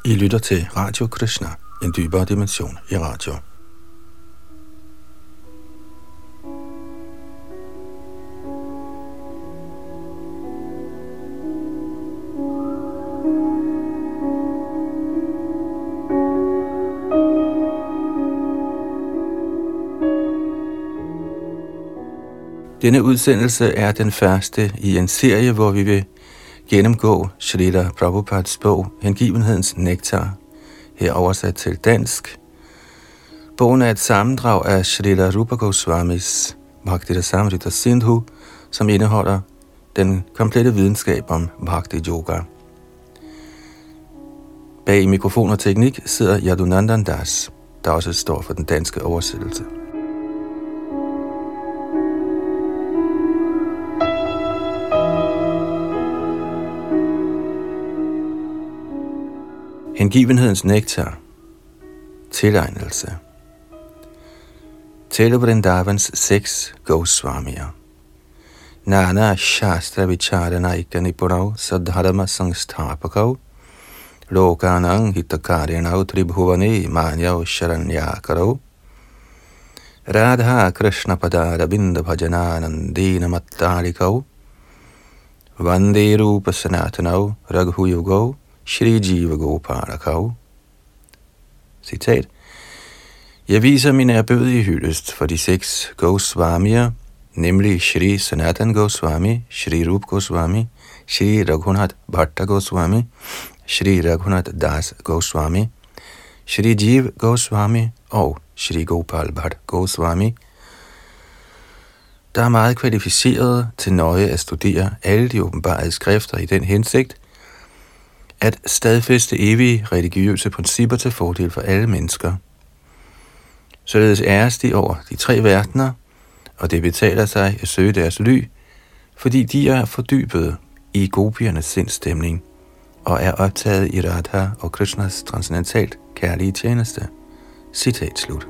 I lytter til Radio Krishna, en dybere dimension i radio. Denne udsendelse er den første i en serie, hvor vi vil gennemgå Srila Prabhupads bog Hengivenhedens Nektar, her oversat til dansk. Bogen er et sammendrag af Srila Rupa Goswamis Bhakti Rasamrita Sindhu, som indeholder den komplette videnskab om Bhakti Yoga. Bag mikrofon og teknik sidder Yadunandan Das, der også står for den danske oversættelse. Hengivenhedens nektar. Tilegnelse. Til Vrindavans 6 Goswamier. Nana Shastra Vicharanaika Nipurav Sadharma Sangstapakav Lokanang Hitakarinav Tribhuvane Manyav Sharanyakarav Radha Krishna Padara Binda Bhajananandina Mattalikav Vande Rupa Sanatanav Raghuyugav Shri Jiva Gopalakav. Citat. Jeg viser min ærbødige hyldest for de 6 Goswamier, nemlig Shri Sanatan Goswami, Shri Rup Goswami, Shri Raghunath Bhatta Goswami, Shri Raghunath Das Goswami, Shri Jiva Goswami og Shri Gopal Bhatt Goswami, der er meget kvalificeret til nøje at studere alle de åbenbarede skrifter i den hensigt, at stadfæste evige religiøse principper til fordel for alle mennesker. Således æres de over de 3 verdener, og det betaler sig at søge deres ly, fordi de er fordybet i gopiernes sindstemning og er optaget i Radha og Krishnas transcendentalt kærlige tjeneste. Citat slut.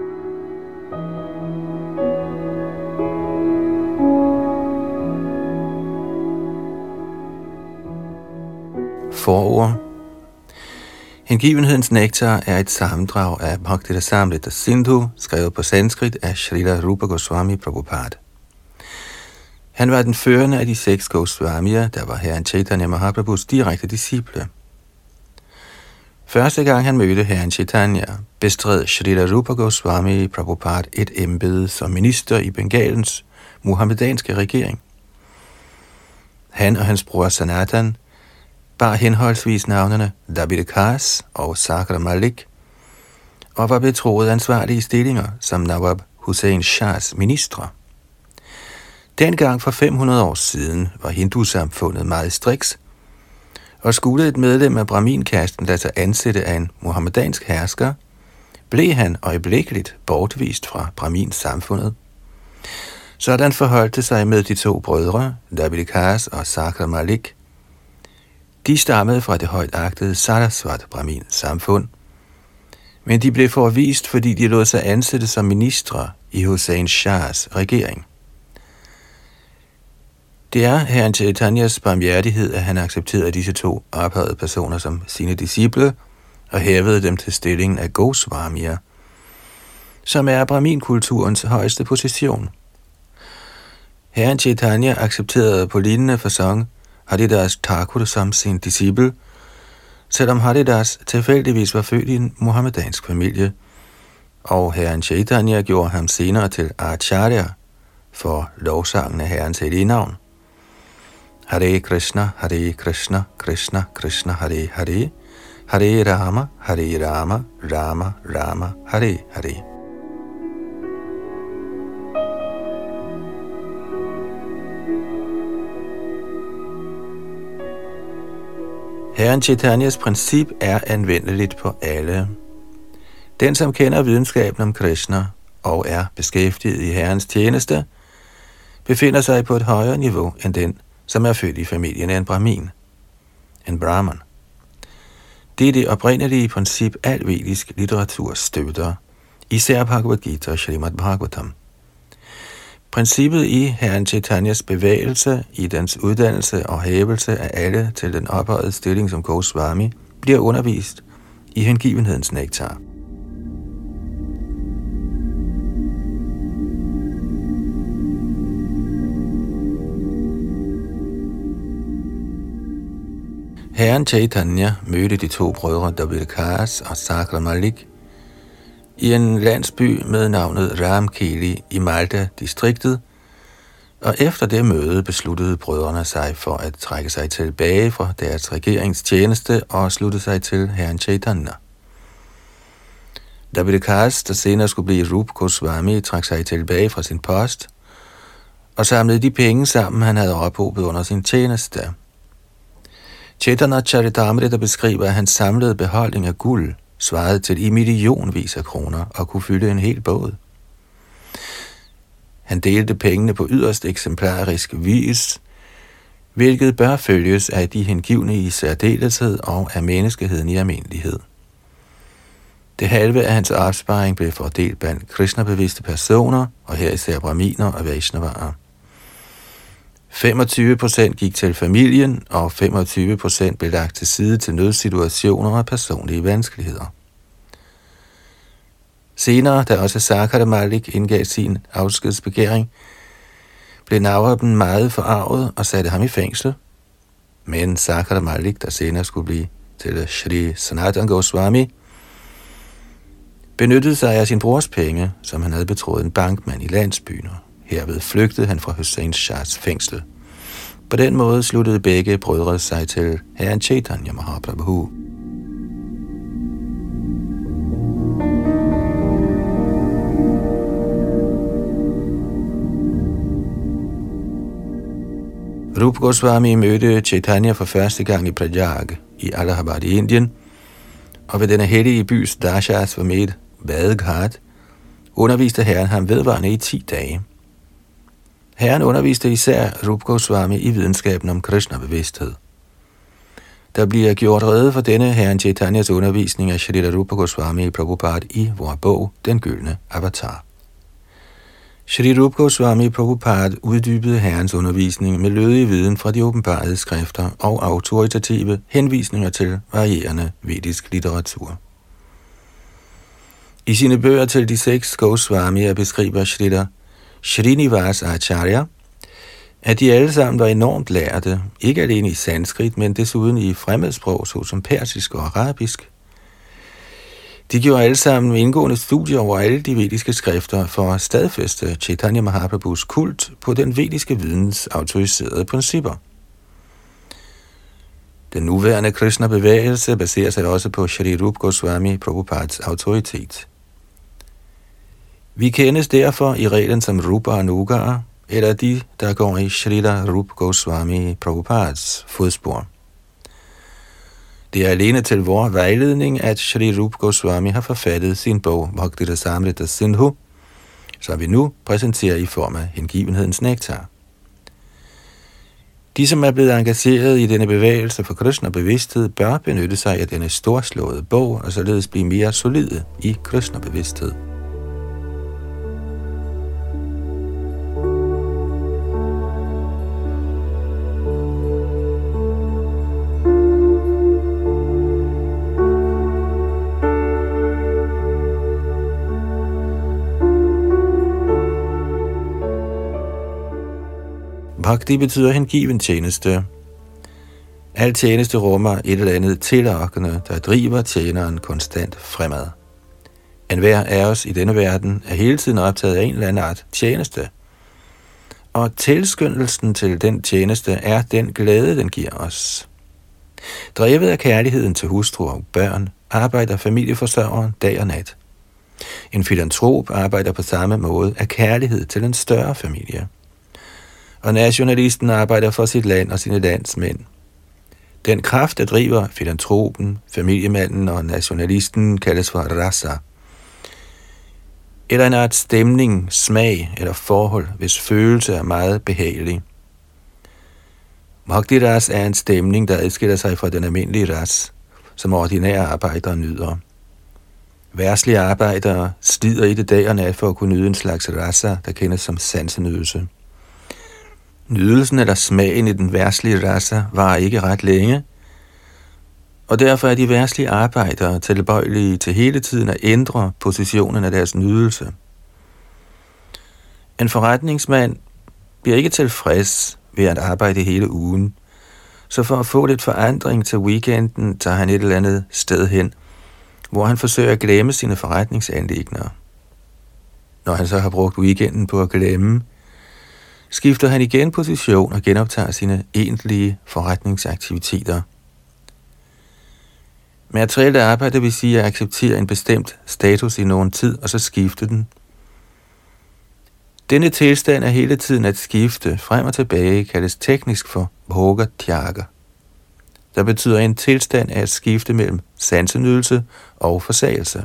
Forord. Hengivenhedens nektar er et sammendrag af Bhakti Rasamrita Sindhu, skrevet på sanskrit af Srila Rupa Goswami Prabhupada. Han var den førende af de 6 Goswamier, der var herren Chaitanya Mahaprabhus direkte disciple. Første gang han mødte herren Chaitanya, bestred Srila Rupa Goswami Prabhupada et embede som minister i Bengalens muhammedanske regering. Han og hans bror Sanatan bar henholdsvis navnene David Khas og Sakra Malik, og var betroet ansvarlige stillinger som Nawab Hussain Shahs ministre. Dengang for 500 år siden var hindusamfundet meget striks, og skulle et medlem af Brahmin-kasten lade sig ansætte af en muhammedansk hersker, blev han øjeblikkeligt bortvist fra Brahmin-samfundet. Sådan forholdt det sig med de 2 brødre, David Khas og Sakra Malik. De stammede fra det højtagtede Sarasvat Brahmin samfund, men de blev forvist, fordi de lod sig ansætte som ministre i Hussain Shahs regering. Det er herren Chaitanyas barmhjertighed, at han accepterede disse 2 ophøjede personer som sine disciple og hævede dem til stillingen af Goswamier, som er Brahmin-kulturens højeste position. Herren Chaitanya accepterede på lignende facon Haridas Thakur som sin disciple, selvom Haridas tilfældigvis var født i en muhammedansk familie, og herren Chaitanya gjorde ham senere til Acharya for lovsangen af herrens hellige navn. Hare Krishna, Hare Krishna, Krishna Krishna, Hare Hare, Hare Rama, Hare Rama, Rama Rama, Hare Hare. Herren Chaitanyas princip er anvendeligt på alle. Den, som kender videnskaben om Krishna og er beskæftiget i herrens tjeneste, befinder sig på et højere niveau end den, som er født i familien af en brahmin, en brahman. Det er det oprindelige princip, al vedisk litteratur støtter, især Bhagavad Gita og Srimad Bhagavatam. Princippet i herren Chaitanyas bevægelse, i dens uddannelse og hævelse af alle til den ophøjede stilling som Goswami, bliver undervist i hengivenhedens nektar. Herren Chaitanya mødte de to brødre Dabirkas og Sakra Malik i en landsby med navnet Ramkeli i Malta-distriktet, og efter det møde besluttede brødrene sig for at trække sig tilbage fra deres regeringstjeneste og slutte sig til herren Chaitanya. Dabirkas, der senere skulle blive Rupa Goswami, trak sig tilbage fra sin post og samlede de penge sammen, han havde ophobet under sin tjeneste. Chaitanya Charitamrita beskriver, at hans samlede beholdning af guld svarede til i millionvis af kroner og kunne fylde en hel båd. Han delte pengene på yderst eksemplarisk vis, hvilket bør følges af de hengivne i særdeleshed og af menneskeheden i almindelighed. Det halve af hans opsparing blev fordelt blandt Krishna-bevidste personer, og her især brahminer og vaishnavaer. 25% gik til familien, og 25% blev lagt til side til nødsituationer og personlige vanskeligheder. Senere, da også Sakra Malik indgav sin afskedsbegæring, blev Navraben meget forarvet og satte ham i fængsel. Men Sakra Malik, der senere skulle blive til Shri Sanatan Goswami, benyttede sig af sin brors penge, som han havde betroet en bankmand i landsbyen. Herved flygtede han fra Hussein Shahs fængsel. På den måde sluttede begge brødre sig til herren Chaitanya Mahaprabhu. Rupa Goswami mødte Chaitanya for første gang i Prayag i Allahabad i Indien, og ved denne hellige bys Dashasvamed badeghat underviste herren ham vedvarende i 10 dage. Herren underviste især Rupa Goswami i videnskaben om Krishna-bevidsthed. Der bliver gjort rede for denne herren Chaitanyas undervisning af Shrila Rupa Goswami Prabhupada i vor bog, Den Gyldne Avatar. Shri Rupa Goswami Prabhupada uddybede herrens undervisning med lødig viden fra de åbenbarede skrifter og autoritative henvisninger til varierende vedisk litteratur. I sine bøger til de 6 Goswamier beskriver Shrila Srinivas Acharya, at de alle sammen var enormt lærte, ikke alene i sanskrit, men desuden i fremmedsprog, såsom persisk og arabisk. De gjorde alle sammen indgående studier over alle de vediske skrifter for at stadfæste Chaitanya Mahaprabhus kult på den vediske videns autoriserede principper. Den nuværende Krishna-bevægelse baserer sig også på Shri Rupa Goswami Prabhupads autoritet. Vi kendes derfor i reglen som Rupa Anuga, eller de, der går i Shrila Rupa Goswami Prabhupads fodspor. Det er alene til vores vejledning, at Shri Rupa Goswami har forfattet sin bog Bhakti Rasamrita Sindhu, som vi nu præsenterer i form af hengivenhedens nektar. De, som er blevet engageret i denne bevægelse for Krishna-bevidsthed, bør benytte sig af denne storslåede bog og således blive mere solide i Krishna-bevidsthed. Bhakti betyder hengiven tjeneste. Al tjeneste rummer et eller andet tillokkende, der driver tjeneren konstant fremad. Enhver af os i denne verden er hele tiden optaget af en eller anden art tjeneste. Og tilskyndelsen til den tjeneste er den glæde, den giver os. Drevet af kærligheden til hustru og børn, arbejder familieforsørgeren dag og nat. En filantrop arbejder på samme måde af kærlighed til en større familie. Og nationalisten arbejder for sit land og sine landsmænd. Den kraft, der driver filantropen, familiemanden og nationalisten, kaldes for rasa. Eller en art stemning, smag eller forhold, hvis følelse er meget behagelig. Bhakti ras er en stemning, der adskiller sig fra den almindelige ras, som ordinære arbejdere nyder. Verdslige arbejdere slider i det dag og nat for at kunne nyde en slags rasa, der kendes som sansenydelse. Nydelsen eller smagen i den verdslige rasa varer ikke ret længe, og derfor er de verdslige arbejdere tilbøjelige til hele tiden at ændre positionen af deres nydelse. En forretningsmand bliver ikke tilfreds ved at arbejde hele ugen, så for at få lidt forandring til weekenden, tager han et eller andet sted hen, hvor han forsøger at glemme sine forretningsanliggender. Når han så har brugt weekenden på at glemme, skifter han igen position og genoptager sine egentlige forretningsaktiviteter. Materielt arbejde vil sige at acceptere en bestemt status i nogen tid, og så skifte den. Denne tilstand er hele tiden at skifte frem og tilbage, kaldes teknisk for bhoga tyaga, der betyder en tilstand af at skifte mellem sansenydelse og forsagelse.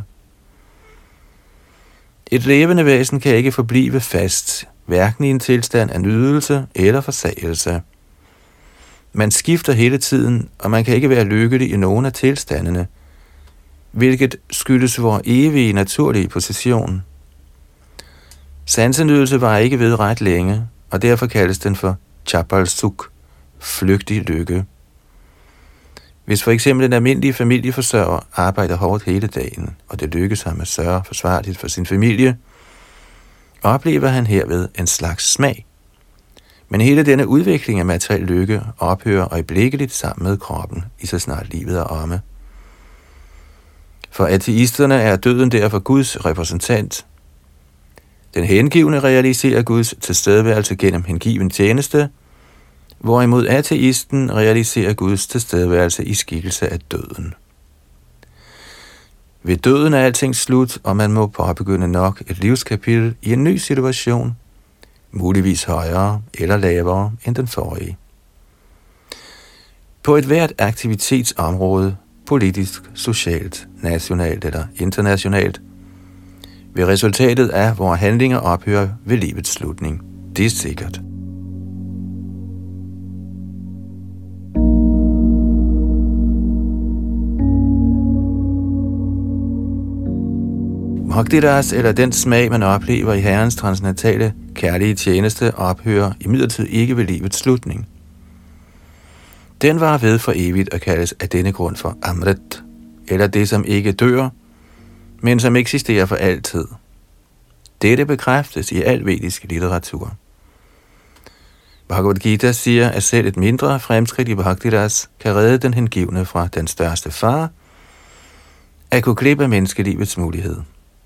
Et levende væsen kan ikke forblive fast, hverken i en tilstand af nydelse eller forsagelse. Man skifter hele tiden, og man kan ikke være lykkelig i nogen af tilstandene, hvilket skyldes vores evige naturlige position. Sansenydelse var ikke ved ret længe, og derfor kaldes den for chapal suk, flygtig lykke. Hvis for eksempel en almindelig familieforsørger arbejder hårdt hele dagen, og det lykkes ham at sørge forsvarligt for sin familie, oplever han herved en slags smag. Men hele denne udvikling af materiel lykke ophører øjeblikkeligt sammen med kroppen, i så snart livet er omme. For ateisterne er døden derfor Guds repræsentant. Den hengivne realiserer Guds tilstedeværelse gennem hengiven tjeneste, hvorimod ateisten realiserer Guds tilstedeværelse i skikkelse af døden. Ved døden er alting slut, og man må påbegynde nok et livskapitel i en ny situation, muligvis højere eller lavere end den forrige. På et hvert aktivitetsområde, politisk, socialt, nationalt eller internationalt, vil resultatet af vores handlinger ophøre ved livets slutning. Det er sikkert. Bhaktiras, eller den smag, man oplever i Herrens transcendentale kærlige tjeneste, ophører imidlertid ikke ved livets slutning. Den var ved for evigt og kaldes af denne grund for Amrit, eller det, som ikke dør, men som eksisterer for altid. Dette bekræftes i al vedisk litteratur. Bhagavad Gita siger, at selv et mindre fremskridt i Bhaktiras kan redde den hengivne fra den største fare, at kunne klippe menneskelivets mulighed.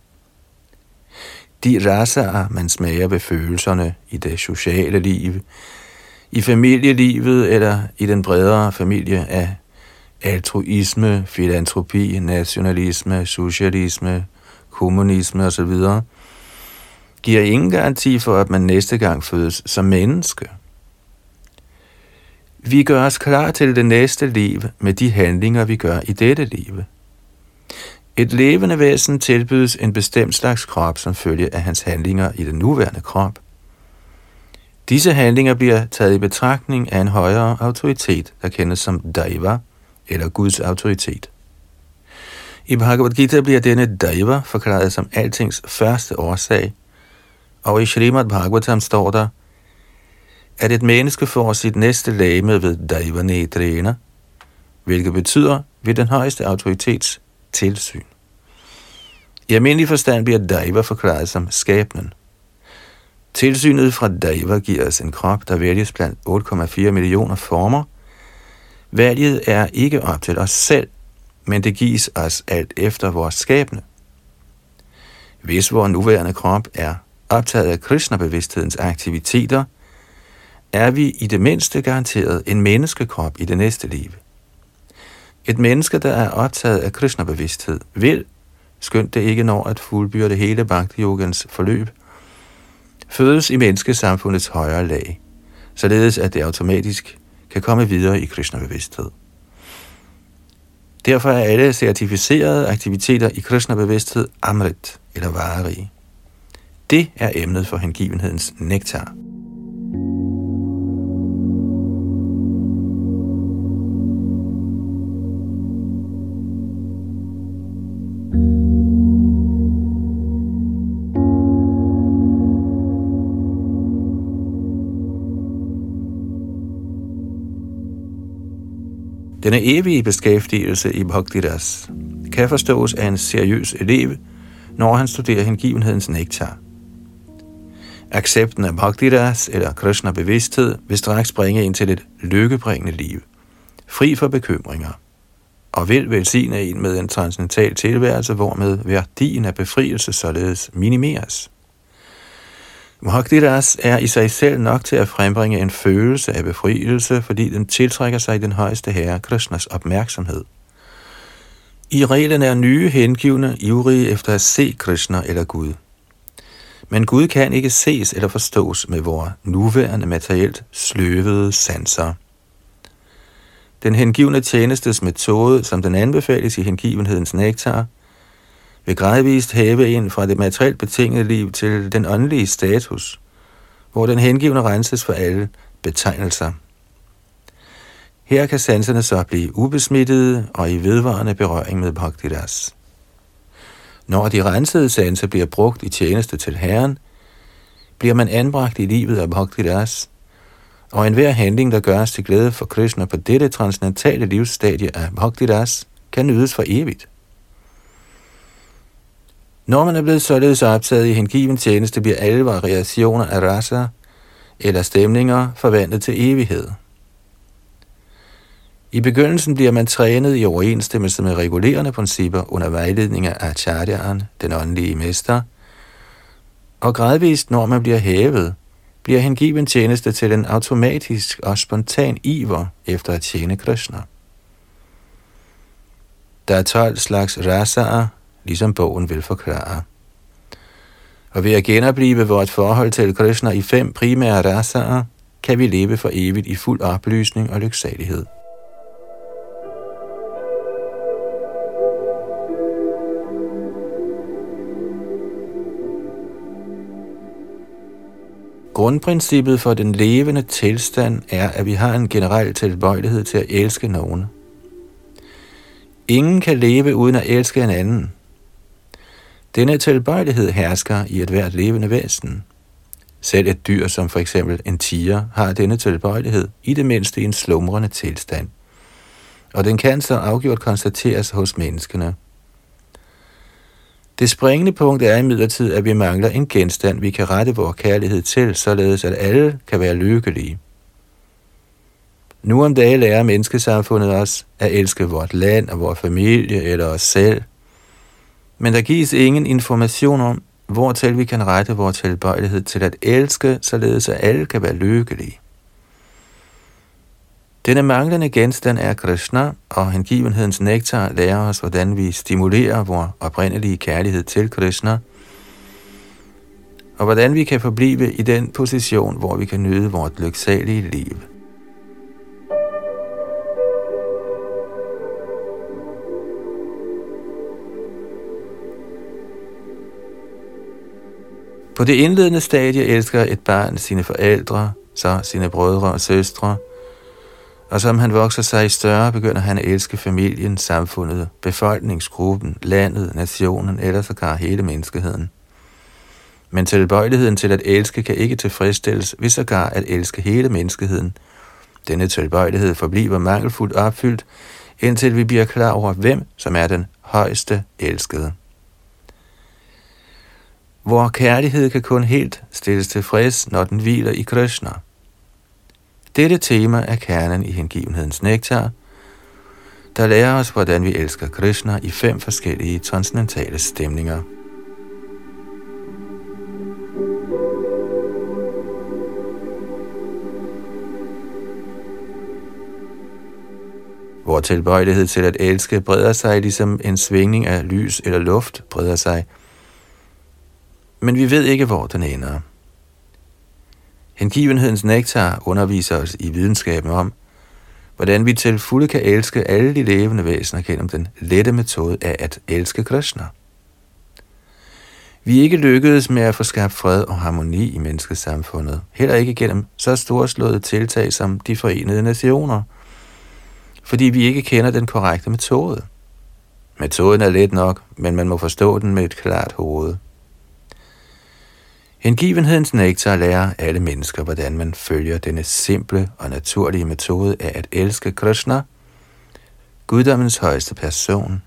De rasaer, man smager ved følelserne i det sociale liv, i familielivet eller i den bredere familie af altruisme, filantropi, nationalisme, socialisme, kommunisme osv., giver ingen garanti for, at man næste gang fødes som menneske. Vi gør os klar til det næste liv med de handlinger, vi gør i dette liv. Et levende væsen tilbydes en bestemt slags krop som følge af hans handlinger i den nuværende krop. Disse handlinger bliver taget i betragtning af en højere autoritet, der kendes som Daiva, eller Guds autoritet. I Bhagavad Gita bliver denne Daiva forklaret som altings første årsag, og i Srimad Bhagavatam står der, at et menneske får sit næste legeme ved Daiva Nedrena, hvilket betyder ved den højeste autoritets tilsyn. I almindelig forstand bliver Daiva forklaret som skabnen. Tilsynet fra Daiva giver os en krop, der vælges blandt 8,4 millioner former. Valget er ikke op til os selv, men det gives os alt efter vores skabne. Hvis vores nuværende krop er optaget af Krishna-bevidsthedens aktiviteter, er vi i det mindste garanteret en menneskekrop i det næste liv. Et menneske, der er optaget af Krishna-bevidsthed, vil, skønt det ikke når at fuldbyrde hele Bhakti-yogans forløb, fødes i menneskesamfundets højere lag, således at det automatisk kan komme videre i Krishna-bevidsthed. Derfor er alle certificerede aktiviteter i Krishna-bevidsthed Amrit eller varige. Det er emnet for hengivenhedens nektar. Denne evige beskæftigelse i Bhakti-ras kan forstås af en seriøs elev, når han studerer hengivenhedens nektar. Accepten af Bhakti-ras eller Krishna-bevidsthed vil straks bringe en til et lykkebringende liv, fri for bekymringer, og vil velsigne en med en transcendental tilværelse, hvormed værdien af befrielse således minimeres. Bhakti-ras er i sig selv nok til at frembringe en følelse af befrielse, fordi den tiltrækker sig den højeste herre, Krishnas opmærksomhed. I reglen er nye hengivne ivrige efter at se Krishna eller Gud. Men Gud kan ikke ses eller forstås med vores nuværende materielt sløvede sanser. Den hengivne tjenestes metode, som den anbefales i hengivenhedens nektar, vil gradvist hæve en fra det materielt betingede liv til den åndelige status, hvor den hengivne renses for alle betegnelser. Her kan sanserne så blive ubesmittede og i vedvarende berøring med Bhakti-ras. Når de rensede sanser bliver brugt i tjeneste til Herren, bliver man anbragt i livet af Bhakti-ras, og enhver handling, der gøres til glæde for Krishna på dette transcendentale livsstadie af Bhakti-ras, kan nydes for evigt. Når man er blevet således optaget i hengiven tjeneste, bliver alle variationer af rasa eller stemninger forvandlet til evighed. I begyndelsen bliver man trænet i overensstemmelse med regulerende principper under vejledning af acharya'en, den åndelige mester, og gradvist, når man bliver hævet, bliver hengiven tjeneste til en automatisk og spontan iver efter at tjene Krishna. Der er 12 slags rasaer, ligesom bogen vil forklare. Og ved at genoplive vores forhold til Krishna i 5 primære rasaer, kan vi leve for evigt i fuld oplysning og lyksalighed. Grundprincippet for den levende tilstand er, at vi har en generel tilbøjelighed til at elske nogen. Ingen kan leve uden at elske en anden. Denne tilbøjelighed hersker i ethvert levende væsen. Selv et dyr som for eksempel en tiger har denne tilbøjelighed i det mindste i en slumrende tilstand. Og den kan så afgjort konstateres hos menneskene. Det springende punkt er imidlertid, at vi mangler en genstand, vi kan rette vores kærlighed til, således at alle kan være lykkelige. Nu om dagen lærer menneskesamfundet os at elske vort land og vores familie eller os selv. Men der gives ingen information om, hvortil vi kan rette vores tilbøjelighed til at elske, således at alle kan være lykkelige. Denne manglende genstand er Krishna, og hengivenhedens nektar lærer os, hvordan vi stimulerer vores oprindelige kærlighed til Krishna, og hvordan vi kan forblive i den position, hvor vi kan nyde vores lyksalige liv. På det indledende stadie elsker et barn sine forældre, så sine brødre og søstre, og som han vokser sig større, begynder han at elske familien, samfundet, befolkningsgruppen, landet, nationen eller sågar hele menneskeheden. Men tilbøjeligheden til at elske kan ikke tilfredsstilles ved sågar at elske hele menneskeheden. Denne tilbøjelighed forbliver mangelfuldt opfyldt, indtil vi bliver klar over, hvem som er den højeste elskede. Vor kærlighed kan kun helt stilles tilfreds, når den hviler i Krishna. Dette tema er kernen i hengivenhedens nektar, der lærer os, hvordan vi elsker Krishna i 5 forskellige transcendentale stemninger. Vor tilbøjelighed til at elske breder sig, ligesom en svingning af lys eller luft breder sig, men vi ved ikke, hvor den ender. Hengivenhedens nektar underviser os i videnskaben om, hvordan vi til fulde kan elske alle de levende væsener gennem den lette metode af at elske Krishna. Vi er ikke lykkedes med at få skabt fred og harmoni i menneskesamfundet, heller ikke gennem så storslåede tiltag som de forenede nationer, fordi vi ikke kender den korrekte metode. Metoden er let nok, men man må forstå den med et klart hoved. Hengivenhedens nektar lærer alle mennesker, hvordan man følger denne simple og naturlige metode af at elske Krishna, guddommens højeste person.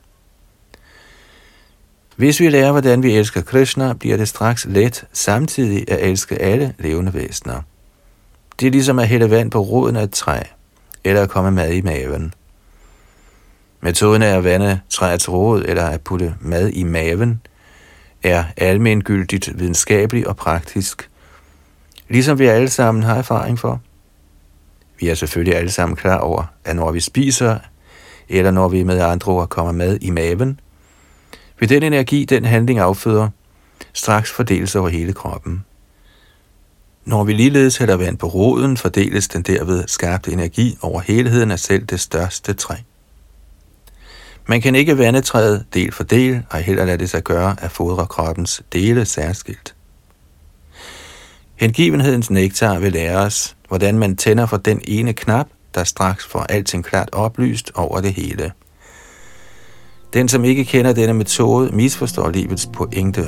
Hvis vi lærer, hvordan vi elsker Krishna, bliver det straks let samtidig at elske alle levende væsener. Det er ligesom at hælde vand på roden af et træ, eller at komme mad i maven. Metoden af at vande træets rod eller at putte mad i maven er almengyldigt, videnskabelig og praktisk, ligesom vi alle sammen har erfaring for. Vi er selvfølgelig alle sammen klar over, at når vi spiser, eller når vi med andre ord kommer mad i maven, vil den energi, den handling afføder, straks fordeles over hele kroppen. Når vi ligeledes hælder vand på roden, fordeles den derved skabte energi over helheden af selv det største træ. Man kan ikke vande træet del for del, og heller lade det sig gøre at fodre kroppens dele særskilt. Hengivenhedens nektar vil lære os, hvordan man tænder for den ene knap, der straks får alting klart oplyst over det hele. Den, som ikke kender denne metode, misforstår livets pointe.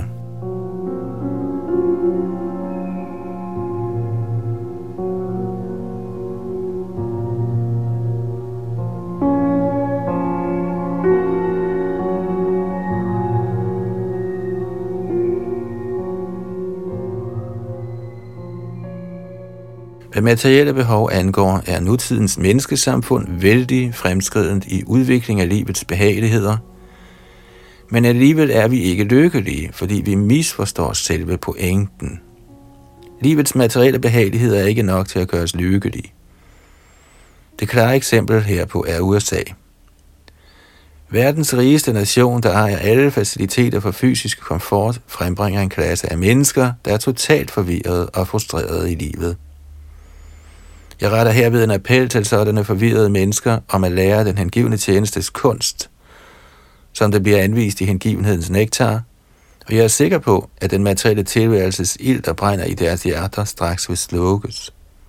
Hvad materielle behov angår, er nutidens menneskesamfund vældig fremskrident i udvikling af livets behageligheder, men alligevel er vi ikke lykkelige, fordi vi misforstår selve pointen. Livets materielle behageligheder er ikke nok til at gøre os lykkelige. Det klare eksempel herpå er USA. Verdens rigeste nation, der ejer alle faciliteter for fysisk komfort, frembringer en klasse af mennesker, der er totalt forvirrede og frustrerede i livet. Jeg retter herved en appel til sådanne forvirrede mennesker om at lære den hengivne tjenestes kunst, som det bliver anvist i hengivenhedens nektar, og jeg er sikker på, at den materielle tilværelses ild, der brænder i deres hjerter, straks vil slukkes.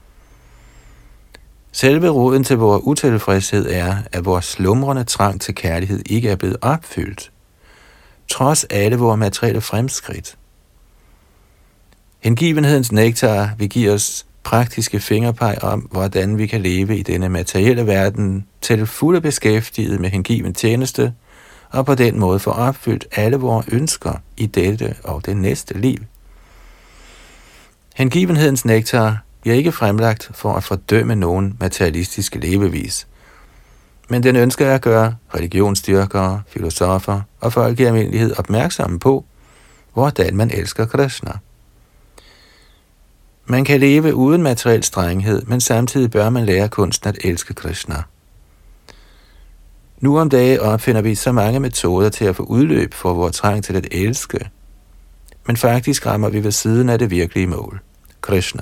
Selve roden til vores utilfredshed er, at vores slumrende trang til kærlighed ikke er blevet opfyldt, trods alle vores materielle fremskridt. Hengivenhedens nektar vil give os praktiske fingerpeg om, hvordan vi kan leve i denne materielle verden til fulde beskæftiget med hengiven tjeneste, og på den måde få opfyldt alle vores ønsker i dette og det næste liv. Hengivenhedens nektar bliver ikke fremlagt for at fordømme nogen materialistiske levevis, men den ønsker at gøre religionsdyrkere, filosofer og folk i almindelighed opmærksomme på, hvordan man elsker Krishna. Man kan leve uden materiel strenghed, men samtidig bør man lære kunsten at elske Krishna. Nu om dagen opfinder vi så mange metoder til at få udløb for vores trang til at elske, men faktisk rammer vi ved siden af det virkelige mål, Krishna.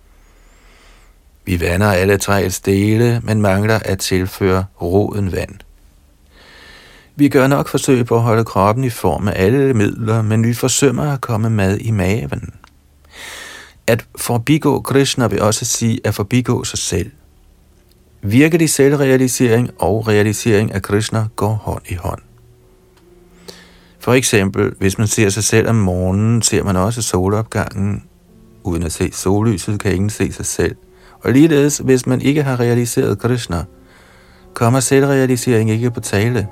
Vi vander alle træets dele, men mangler at tilføre roden vand. Vi gør nok forsøg på at holde kroppen i form af alle midler, men vi forsømmer at komme mad i maven. At forbigå Krishna vil også sige at forbigå sig selv. Virkelig selvrealisering og realisering af Krishna går hånd i hånd. For eksempel, hvis man ser sig selv om morgenen, ser man også solopgangen. Uden at se sollyset kan ingen se sig selv. Og ligeledes, hvis man ikke har realiseret Krishna, kommer selvrealisering ikke på tale.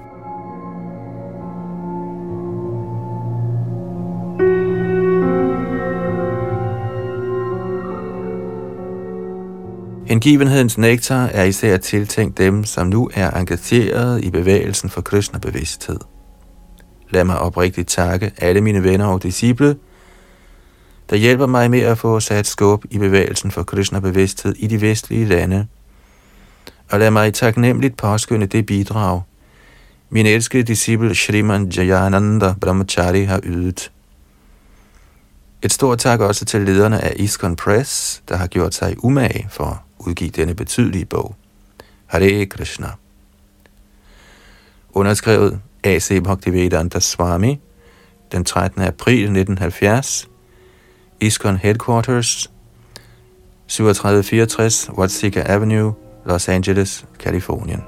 Hengivenhedens nektar er især tiltænkt dem, som nu er engageret i bevægelsen for Krishna-bevidsthed. Lad mig oprigtigt takke alle mine venner og disciple, der hjælper mig med at få sat skub i bevægelsen for Krishna-bevidsthed i de vestlige lande. Og lad mig taknemmeligt påskynde det bidrag, min elskede disciple Shriman Jayananda Brahmachari har ydet. Et stort tak også til lederne af ISKCON Press, der har gjort sig umage for at udgive denne betydelige bog. Hare Krishna. Underskrevet A.C. Bhaktivedanta Swami, den 13. april 1970, ISKCON Headquarters, 3764 Watsika Avenue, Los Angeles, Californien.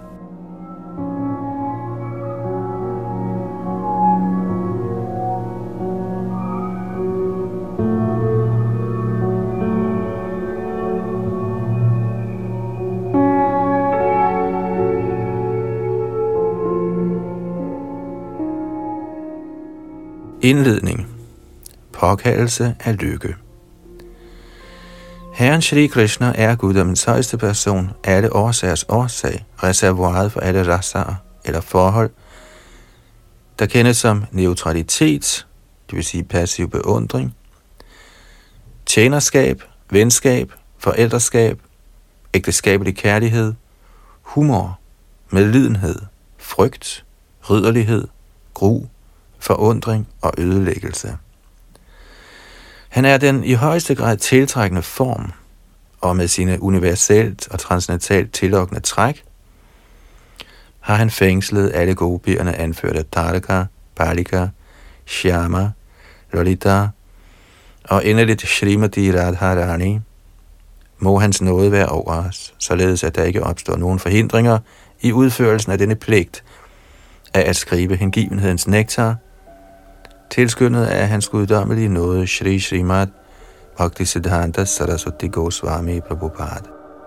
Indledning. Påkaldelse af lykke. Herren Shri Krishna er guddommens højeste person, alle årsagers årsag, reservoiret for alle rasaer eller forhold, der kendes som neutralitet, det vil sige passiv beundring, tjenerskab, venskab, forældreskab, ægteskabelig kærlighed, humor, medlidenhed, frygt, ridderlighed, gru, forundring og ødelæggelse. Han er den i højeste grad tiltrækkende form, og med sine universelt og transcendentalt tillokkende træk, har han fængslet alle gopierne anført af Taraka, Balika, Shyama, Lolita og endeligt Shrimati Radharani. Må hans nåde være over os, således at der ikke opstår nogen forhindringer i udførelsen af denne pligt af at skrive hengivenhedens nektar, tilskyndet af hans guddommelige nåde Shri Srimad Bhaktisiddhanta Saraswati Goswami Prabhupada.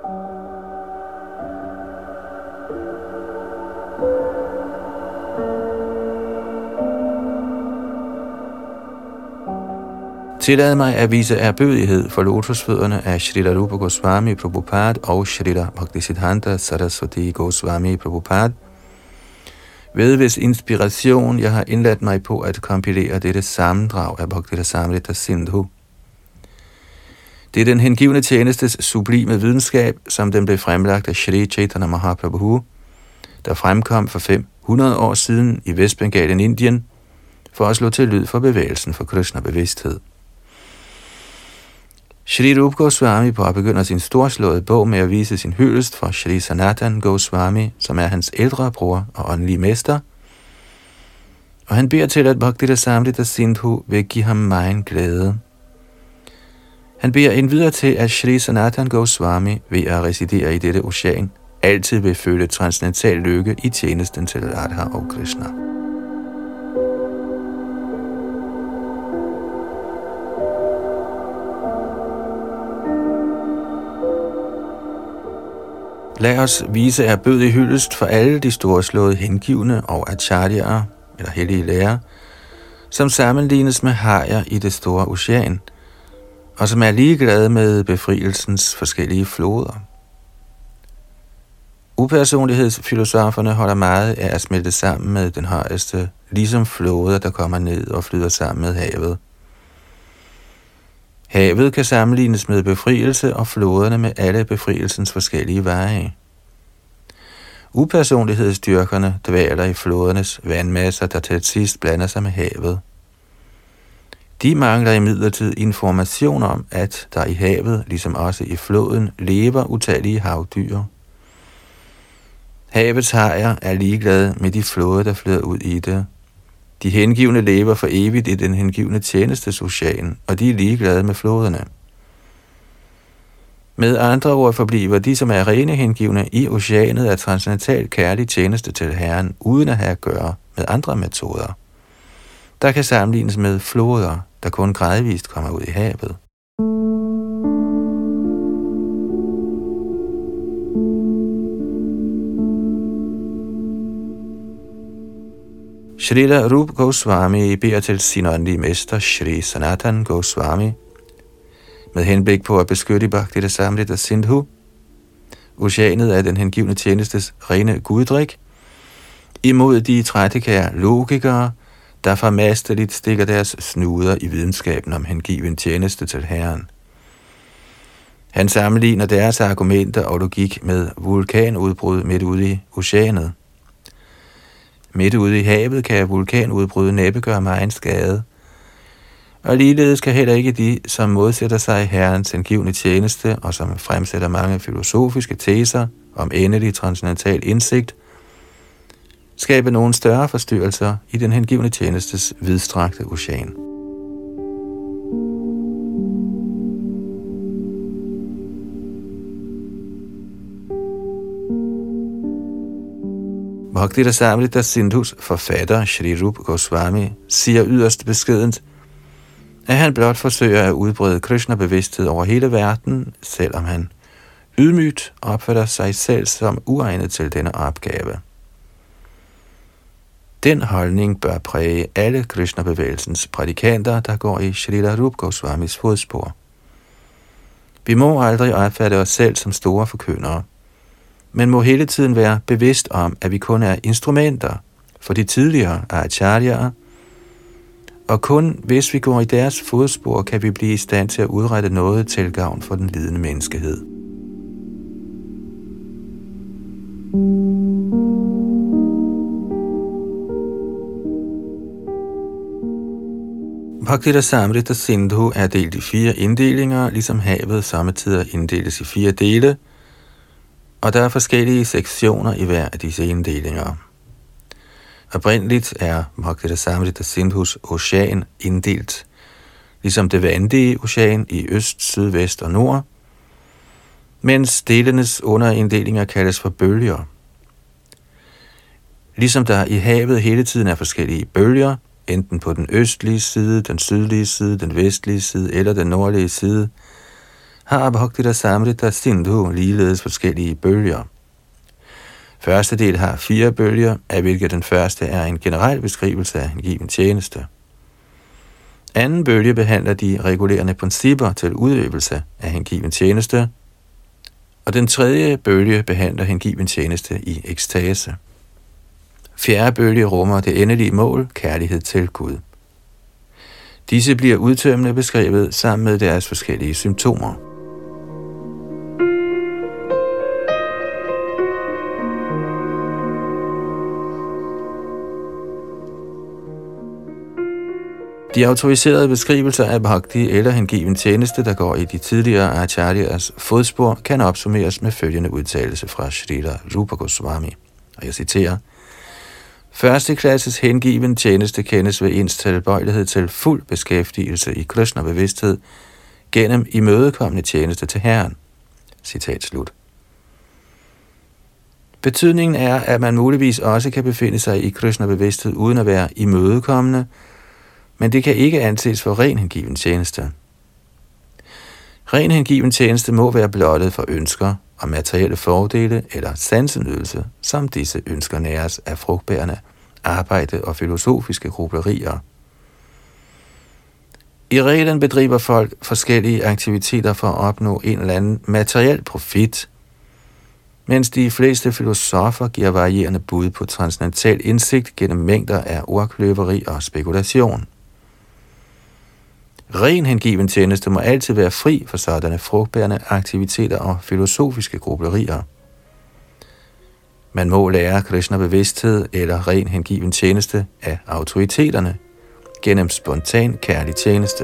Tillad mig at vise ærbødighed for lotusfødderne af Srila Rupa Goswami Prabhupada og Srila Bhaktisiddhanta Saraswati Goswami Prabhupada, ved hvis inspiration jeg har indladt mig på at kompilere dette sammendrag af Bhakti-rasamrita Sindhu. Det er den hengivne tjenestes sublime videnskab, som den blev fremlagt af Shri Chaitanya Mahaprabhu, der fremkom for 500 år siden i Vestbengalen, Indien, for at slå til lyd for bevægelsen for Krishna-bevidsthed. Shri Rupa Goswami påbegynder sin storslåede bog med at vise sin hyldest for Shri Sanatan Goswami, som er hans ældre bror og åndelige mester, og han beder til, at Bhakti-rasamrita Sindhu vil give ham megen glæde. Han beder endvidere til, at Shri Sanatan Goswami ved at residere i dette ocean altid vil føle transcendental lykke i tjenesten til Radha og Krishna. Lad os vise ærbødig hyldest for alle de storslåede hengivne og acharyaer, eller hellige lærer, som sammenlignes med hajer i det store ocean, og som er ligeglade med befrielsens forskellige floder. Upersonlighedsfilosoferne holder meget af at smelte sammen med den højeste, ligesom floder, der kommer ned og flyder sammen med havet. Havet kan sammenlignes med befrielse og floderne med alle befrielsens forskellige veje. Upersonlighedsdyrkerne dvæler i flodernes vandmasser, der til sidst blander sig med havet. De mangler imidlertid information om, at der i havet, ligesom også i floden, lever utallige havdyr. Havets hajer er ligeglade med de floder, der flyder ud i det. De hengivne lever for evigt i den hengivne tjenestes ocean, og de er ligeglade med floderne. Med andre ord forbliver de, som er rene hengivne i oceanet af transcendental kærlig tjeneste til Herren, uden at have at gøre med andre metoder, der kan sammenlignes med floder, der kun gradvist kommer ud i havet. Srila Rupa Goswami beder til sin åndelige mester Shri Sanatan Goswami med henblik på at beskytte Bhakti-rasamrita Sindhu, oceanet af den hengivne tjenestes rene guddrik, imod de trættekære logikere, der formasteligt stikker deres snuder i videnskaben om hengiven tjeneste til Herren. Han sammenligner deres argumenter og logik med vulkanudbrud midt ude i oceanet. Midt ude i havet kan vulkanudbrud næppe gøre megen skade, og ligeledes kan heller ikke de, som modsætter sig Herrens hengivne tjeneste og som fremsætter mange filosofiske teser om endelig transcendental indsigt, skabe nogen større forstyrrelser i den hengivne tjenestes vidstrakte ocean. Bhakti-rasamrita Sindhus forfatter Shri Rupa Goswami siger yderst beskedent, at han blot forsøger at udbrede Krishna-bevidsthed over hele verden, selvom han ydmygt opfatter sig selv som uegnet til denne opgave. Den holdning bør præge alle Krishna-bevægelsens prædikanter, der går i Srila Rupa Goswamis fodspor. Vi må aldrig opfatte os selv som store forkyndere, men må hele tiden være bevidst om, at vi kun er instrumenter for de tidligere acharyaer, og kun hvis vi går i deres fodspor, kan vi blive i stand til at udrette noget til gavn for den lidende menneskehed. Bhakti-rasamrita Sindhu er delt i 4 inddelinger, ligesom havet samtidig inddeles i 4 dele, og der er forskellige sektioner i hver af disse inddelinger. Oprindeligt er Bhakti-rasamrita Sindhus ocean inddelt, ligesom det vandige ocean i øst, syd, vest og nord, mens delenes underinddelinger kaldes for bølger. Ligesom der i havet hele tiden er forskellige bølger, enten på den østlige side, den sydlige side, den vestlige side eller den nordlige side, har Bhakti-rasamrita Sindhu ligeledes forskellige bølger. Første del har 4 bølger, af hvilket den første er en generel beskrivelse af hengiven tjeneste. Anden bølge behandler de regulerende principper til udøvelse af hengiven tjeneste, og den tredje bølge behandler hengiven tjeneste i ekstase. Fjerde bølge rummer det endelige mål, kærlighed til Gud. Disse bliver udtømmende beskrevet sammen med deres forskellige symptomer. De autoriserede beskrivelser af bhakti eller hengiven tjeneste, der går i de tidligere acharyas fodspor, kan opsummeres med følgende udtalelse fra Srila Rupa Goswami. Og jeg citerer: Første klasses hengiven tjeneste kendes ved ens tilbøjelighed til fuld beskæftigelse i Krishna-bevidsthed gennem imødekommende tjeneste til Herren. Citat slut. Betydningen er, at man muligvis også kan befinde sig i Krishna-bevidsthed uden at være imødekommende, men det kan ikke anses for ren hengiven tjeneste. Ren hengiven tjeneste må være blottet for ønsker og materielle fordele eller sansenydelse, som disse ønsker næres af frugtbærende arbejde og filosofiske grublerier. I reglen bedriver folk forskellige aktiviteter for at opnå en eller anden materiel profit, mens de fleste filosofer giver varierende bud på transcendental indsigt gennem mængder af ordkløveri og spekulation. Ren hengiven tjeneste må altid være fri for sådanne frugtbærende aktiviteter og filosofiske grublerier. Man må lære Krishna-bevidsthed eller ren hengiven tjeneste af autoriteterne gennem spontan kærlig tjeneste.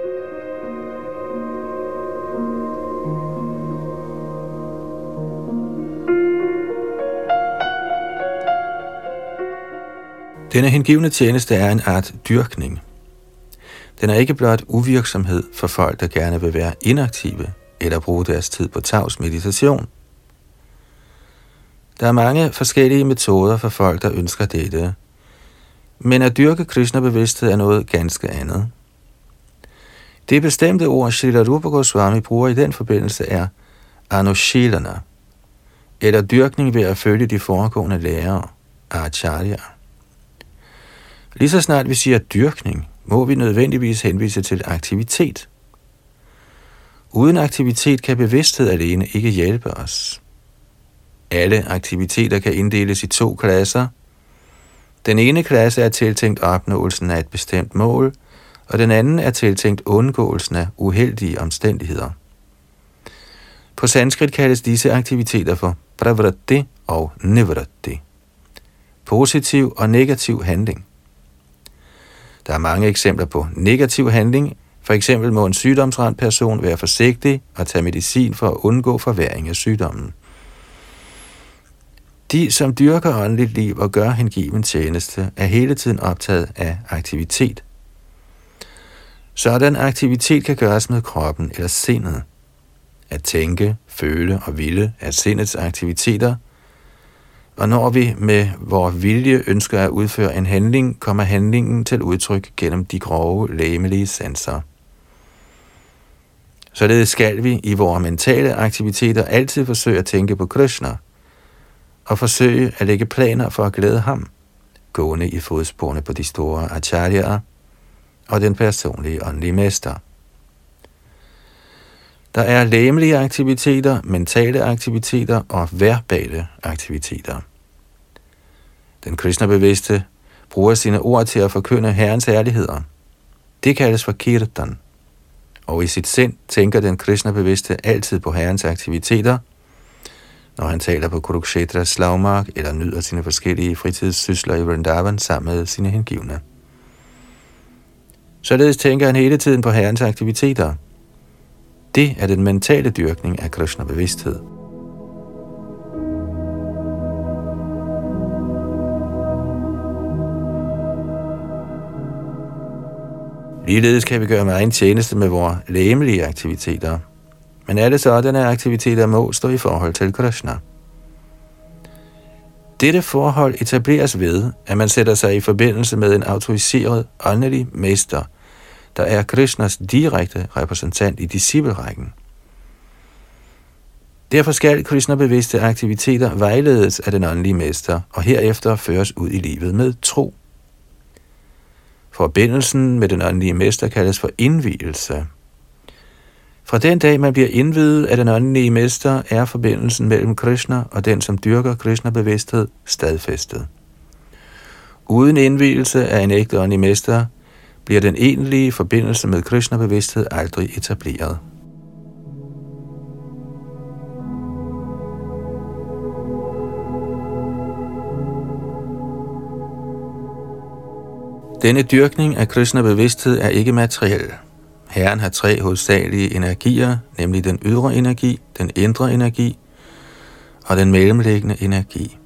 Denne hengivne tjeneste er en art dyrkning. Den er ikke blot uvirksomhed for folk, der gerne vil være inaktive eller bruge deres tid på tavs meditation. Der er mange forskellige metoder for folk, der ønsker dette, men at dyrke Krishna-bevidsthed er noget ganske andet. Det bestemte ord, Srila Rupa Goswami bruger i den forbindelse, er anushilana, eller dyrkning ved at følge de foregående lærere, acharya. Lige så snart vi siger dyrkning, må vi nødvendigvis henvise til aktivitet. Uden aktivitet kan bevidsthed alene ikke hjælpe os. Alle aktiviteter kan inddeles i 2 klasser. Den ene klasse er tiltænkt opnåelsen af et bestemt mål, og den anden er tiltænkt undgåelsen af uheldige omstændigheder. På sanskrit kaldes disse aktiviteter for pravritti og nivritti. Positiv og negativ handling. Der er mange eksempler på negativ handling. For eksempel må en sygdomsramt person være forsigtig og tage medicin for at undgå forværring af sygdommen. De, som dyrker åndeligt liv og gør hengiven tjeneste, er hele tiden optaget af aktivitet. Sådan aktivitet kan gøres med kroppen eller sindet. At tænke, føle og ville er sindets aktiviteter, og når vi med vores vilje ønsker at udføre en handling, kommer handlingen til udtryk gennem de grove legemelige sanser. Således skal vi i vores mentale aktiviteter altid forsøge at tænke på Krishna, og forsøge at lægge planer for at glæde ham. gående i fodsporene på de store acharyaer og den personlige åndelige mester. Der er legemlige aktiviteter, mentale aktiviteter og verbale aktiviteter. Den Krishna-bevidste bruger sine ord til at forkynde Herrens herligheder. Det kaldes for kirtan. Og i sit sind tænker den Krishna-bevidste altid på Herrens aktiviteter, når han taler på Kuruksetras slagmark eller nyder sine forskellige fritidssysler i Vrindavan sammen med sine hengivne. Således tænker han hele tiden på Herrens aktiviteter. Det er den mentale dyrkning af Krishna-bevidsthed. Ligeledes kan vi gøre megen tjeneste med vores legemlige aktiviteter, men alle sådanne aktiviteter må stå i forhold til Krishna. Dette forhold etableres ved, at man sætter sig i forbindelse med en autoriseret åndelig mester, der er Krishnas direkte repræsentant i disciplerækken. Derfor skal Krishna-bevidste aktiviteter vejledes af den åndelige mester, og herefter føres ud i livet med tro. Forbindelsen med den åndelige mester kaldes for indvielse. Fra den dag, man bliver indviet af den åndelige mester, er forbindelsen mellem Krishna og den, som dyrker Krishna-bevidsthed, stadfæstet. Uden indvielse af en ægte åndelig mester, bliver den egentlige forbindelse med Krishna-bevidsthed aldrig etableret. Denne dyrkning af Krishna-bevidsthed er ikke materiel. Herren har 3 hovedsagelige energier, nemlig den ydre energi, den indre energi og den mellemliggende energi.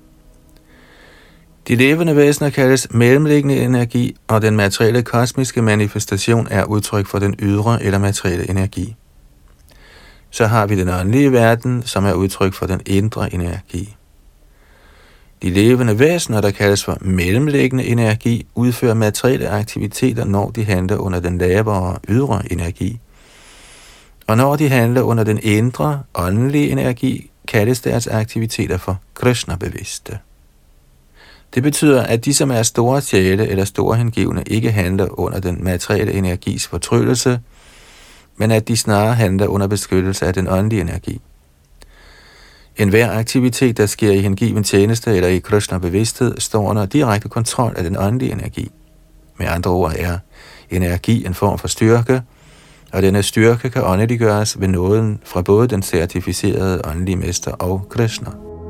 De levende væsener kaldes mellemliggende energi, og den materielle kosmiske manifestation er udtryk for den ydre eller materielle energi. Så har vi den åndelige verden, som er udtryk for den indre energi. De levende væsener, der kaldes for mellemliggende energi, udfører materielle aktiviteter, når de handler under den lavere ydre energi. Og når de handler under den indre, åndelige energi, kaldes deres aktiviteter for Krishna-bevidste. Det betyder, at de, som er store sjæle eller store hengivne, ikke handler under den materielle energis fortryllelse, men at de snarere handler under beskyttelse af den åndelige energi. Enhver aktivitet, der sker i hengiven tjeneste eller i Krishna-bevidsthed, står under direkte kontrol af den åndelige energi. Med andre ord er energi en form for styrke, og denne styrke kan åndeliggøres ved nåden fra både den certificerede åndelige mester og Krishna.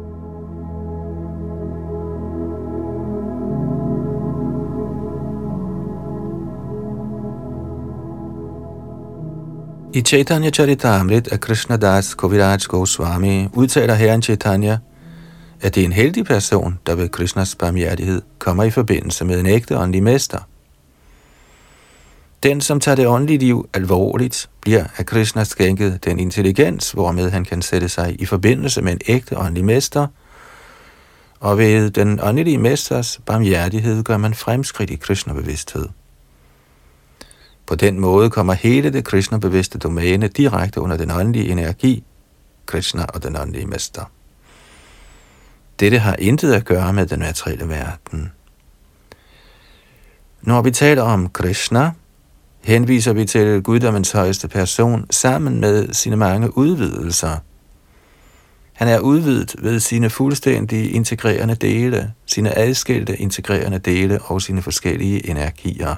I Chaitanya Charitamrit af Krishnadas Kaviraj Goswami udtaler Herren Chaitanya, at det er en heldig person, der ved Krishnas barmhjertighed kommer i forbindelse med en ægte åndelig mester. Den, som tager det åndelige liv alvorligt, bliver af Krishna skænket den intelligens, hvormed han kan sætte sig i forbindelse med en ægte åndelig mester, og ved den åndelige mesters barmhjertighed gør man fremskridt i Krishna-bevidsthed. På den måde kommer hele det Krishna-bevidste domæne direkte under den åndelige energi, Krishna og den åndelige mester. Dette har intet at gøre med den materielle verden. Når vi taler om Krishna, henviser vi til guddommens højeste person sammen med sine mange udvidelser. Han er udvidet ved sine fuldstændige integrerende dele, sine adskilte integrerende dele og sine forskellige energier.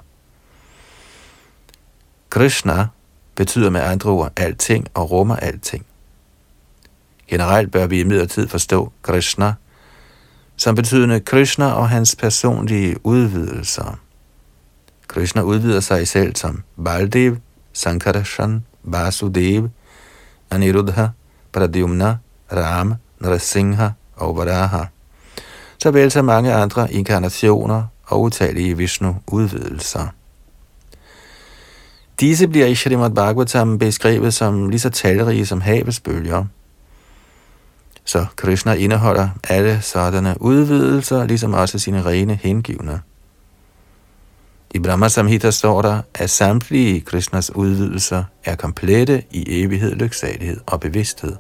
Krishna betyder med andre ord alting og rummer alting. Generelt bør vi imidlertid forstå Krishna som betydende Krishna og hans personlige udvidelser. Krishna udvider sig selv som Baldev, Sankarshan, Vasudev, Aniruddha, Pradyumna, Ram, Nrsimha og Varaha, såvel som mange andre inkarnationer og utallige Vishnu-udvidelser. Disse bliver i Srimad Bhagavatam beskrevet som lige så talrige som havets bølger. Så Krishna indeholder alle sådanne udvidelser, ligesom også sine rene hengivne. I Brahma Samhita står der, at samtlige Krishnas udvidelser er komplette i evighed, lyksalighed og bevidsthed.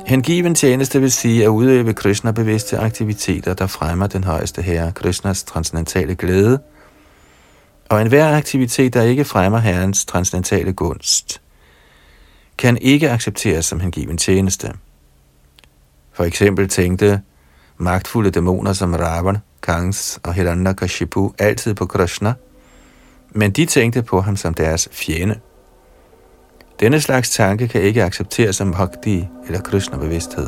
Hengiven tjeneste vil sige at udøve Krishna-bevidste aktiviteter, der fremmer den højeste herre, Krishnas transcendentale glæde, og enhver aktivitet, der ikke fremmer herrens transcendentale gunst, kan ikke accepteres som hengiven tjeneste. For eksempel tænkte magtfulde dæmoner som Ravan, Kans og Hiranyakashipu altid på Krishna, men de tænkte på ham som deres fjende. Denne slags tanke kan ikke accepteres som bhakti eller Krishna-bevidsthed.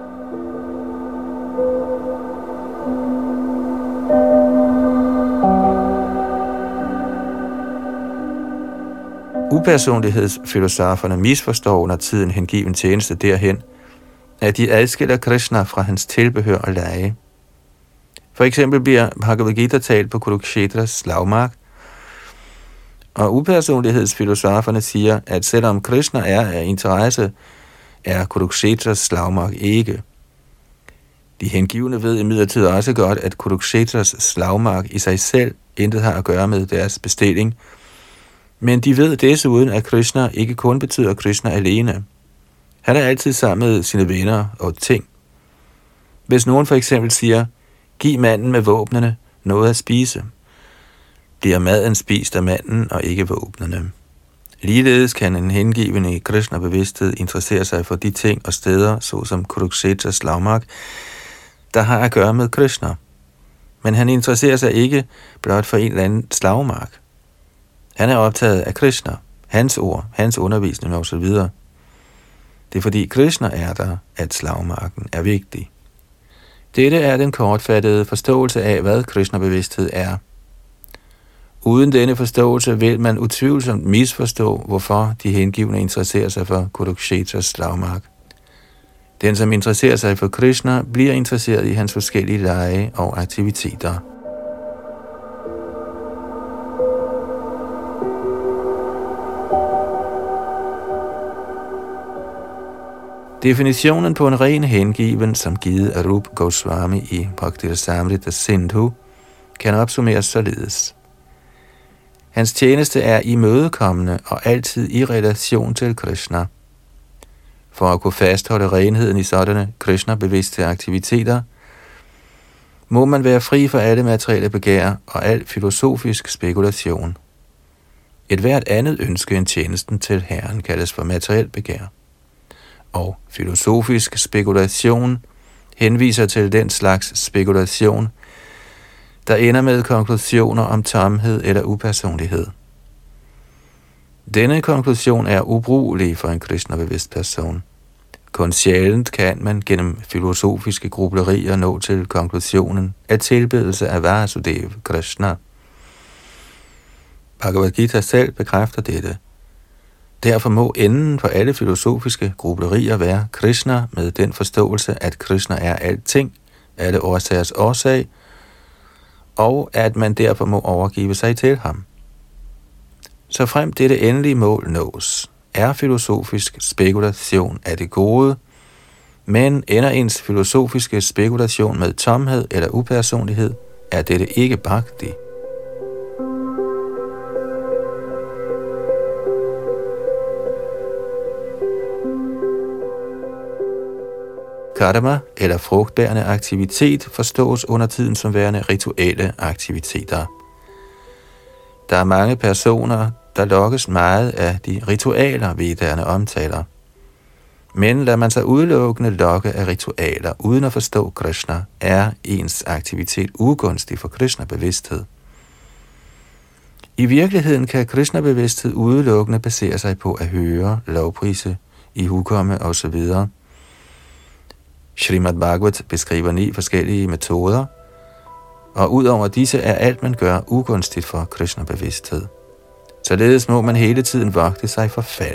Upersonlighedsfilosoferne misforstår under tiden hengiven tjeneste derhen, at de adskiller Krishna fra hans tilbehør og lege. For eksempel bliver Bhagavad Gita talt på Kurukshetras slagmark, og upersonlighedsfilosoferne siger, at selvom Krishna er af interesse, er Kurukshetras slagmark ikke. De hengivne ved imidlertid også godt, at Kurukshetras slagmark i sig selv intet har at gøre med deres bestilling, men de ved desuden, at Krishna ikke kun betyder Krishna alene. Han er altid sammen med sine venner og ting. Hvis nogen for eksempel siger, giv manden med våbnene noget at spise, bliver maden spist af manden og ikke våbnene. Ligeledes kan en hengivende i Krishna-bevidsthed interessere sig for de ting og steder, såsom Kurukshetras slagmark, der har at gøre med Krishna. Men han interesserer sig ikke blot for en eller anden slagmark. Han er optaget af Krishna, hans ord, hans undervisning osv. Det er fordi Krishna er der, at slagmarken er vigtig. Dette er den kortfattede forståelse af, hvad Krishna-bevidsthed er. Uden denne forståelse vil man utvivlsomt misforstå, hvorfor de hengivne interesserer sig for Kurukshetras slagmark. Den, som interesserer sig for Krishna, bliver interesseret i hans forskellige lege og aktiviteter. Definitionen på en ren hengiven, som givet af Rupa Goswami i Bhakti-rasamrita Sindhu, kan opsummeres således. Hans tjeneste er imødekommende og altid i relation til Krishna. For at kunne fastholde renheden i sådanne Krishna-bevidste aktiviteter, må man være fri for alle materielle begær og al filosofisk spekulation. Et hvert andet ønske end tjenesten til Herren kaldes for materiel begær. Og filosofisk spekulation henviser til den slags spekulation, der ender med konklusioner om tomhed eller upersonlighed. Denne konklusion er ubrugelig for en Krishna-bevidst person. Kun sjældent kan man gennem filosofiske grublerier nå til konklusionen af tilbedelse af Vasudeva Krishna. Bhagavad Gita selv bekræfter dette. Derfor må enden på alle filosofiske grublerier være Krishna med den forståelse, at Krishna er alting, alle årsagers årsag, og at man derfor må overgive sig til ham. Så frem dette endelige mål nås, er filosofisk spekulation af det gode, men ender ens filosofiske spekulation med tomhed eller upersonlighed, er dette ikke bhakti. Karma eller frugtbærende aktivitet forstås under tiden som værende rituelle aktiviteter. Der er mange personer, der lokkes meget af de ritualer, vedderne omtaler. Men lader man sig udelukkende lokke af ritualer uden at forstå Krishna, er ens aktivitet ugunstig for Krishna-bevidsthed. I virkeligheden kan Krishna-bevidsthed udelukkende basere sig på at høre, lovprise, ihukomme osv. Srimad Bhagavat beskriver 9 forskellige metoder, og udover disse er alt, man gør, ugunstigt for Krishna-bevidsthed. Således må man hele tiden vogte sig for fald.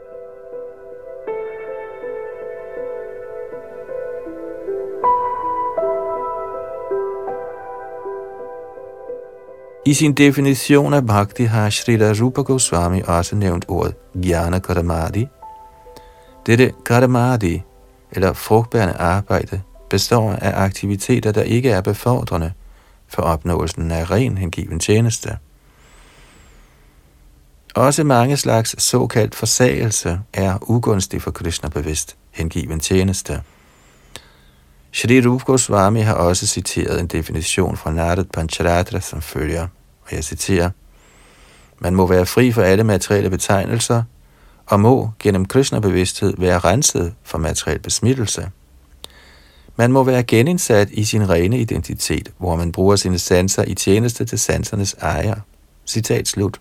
I sin definition af bhakti har Srila Rupa Goswami også nævnt ordet Jnana Karamadi. Dette Karamadi, eller frugtbærende arbejde, består af aktiviteter, der ikke er befordrende for opnåelsen af ren hengiven tjeneste. Også mange slags såkaldt forsagelse er ugunstig for Krishna-bevidst hengiven tjeneste. Shri Rupa Goswami har også citeret en definition fra Narad Pancharatra, som følger, og jeg citerer: man må være fri for alle materielle betegnelser, og må gennem Krishna-bevidsthed være renset for materiel besmittelse. Man må være genindsat i sin rene identitet, hvor man bruger sine sanser i tjeneste til sansernes ejer. Citat slut.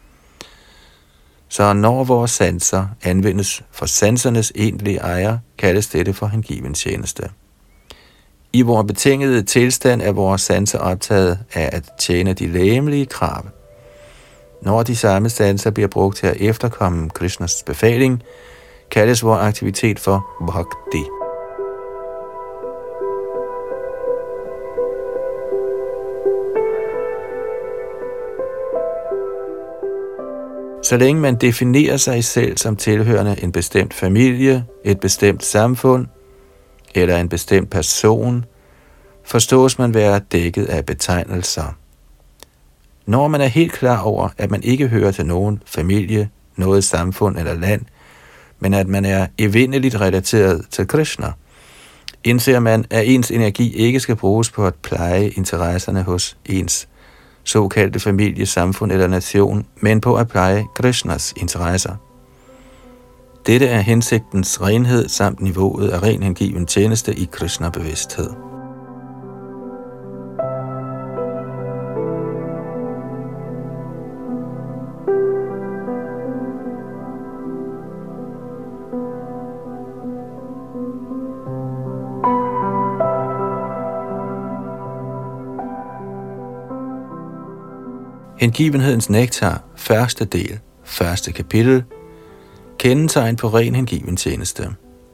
Så når vores sanser anvendes for sansernes egentlige ejer, kaldes dette for hengiven tjeneste. I vores betingede tilstand er vores sanser optaget af at tjene de legemlige krav. Når de samme sanser bliver brugt til at efterkomme Krishnas befaling, kaldes vores aktivitet for bhakti. Så længe man definerer sig selv som tilhørende en bestemt familie, et bestemt samfund eller en bestemt person, forstås man være dækket af betegnelser. Når man er helt klar over, at man ikke hører til nogen familie, noget samfund eller land, men at man er evindeligt relateret til Krishna, indser man, at ens energi ikke skal bruges på at pleje interesserne hos ens såkaldte familie, samfund eller nation, men på at pleje Krishnas interesser. Dette er hensigtens renhed samt niveauet af ren hengiven tjeneste i Krishna-bevidsthed. Hengivenhedens nektar, første del, første kapitel, kendetegn på ren hengiven tjeneste.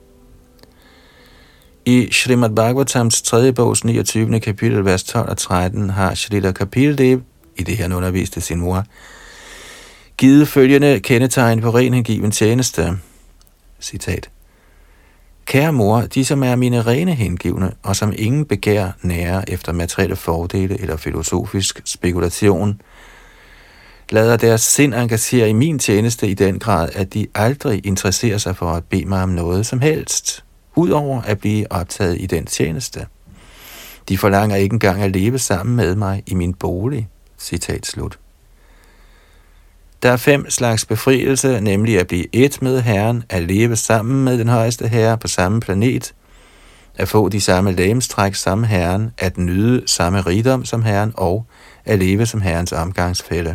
I Srimad Bhagavatams 3. bogs 29. kapitel, vers 12 og 13, har Shrila Kapil Dev, i det han underviste sin mor, givet følgende kendetegn på ren hengiven tjeneste. Citat. Kære mor, de som er mine rene hengivne, og som ingen begær nære efter materielle fordele eller filosofisk spekulation, lader deres sind engagere i min tjeneste i den grad, at de aldrig interesserer sig for at bede mig om noget som helst, udover at blive optaget i den tjeneste. De forlanger ikke engang at leve sammen med mig i min bolig. Citat slut. Der er 5 slags befrielse, nemlig at blive et med Herren, at leve sammen med den højeste Herre på samme planet, at få de samme legemstræk som Herren, at nyde samme rigdom som Herren og at leve som Herrens omgangsfælle.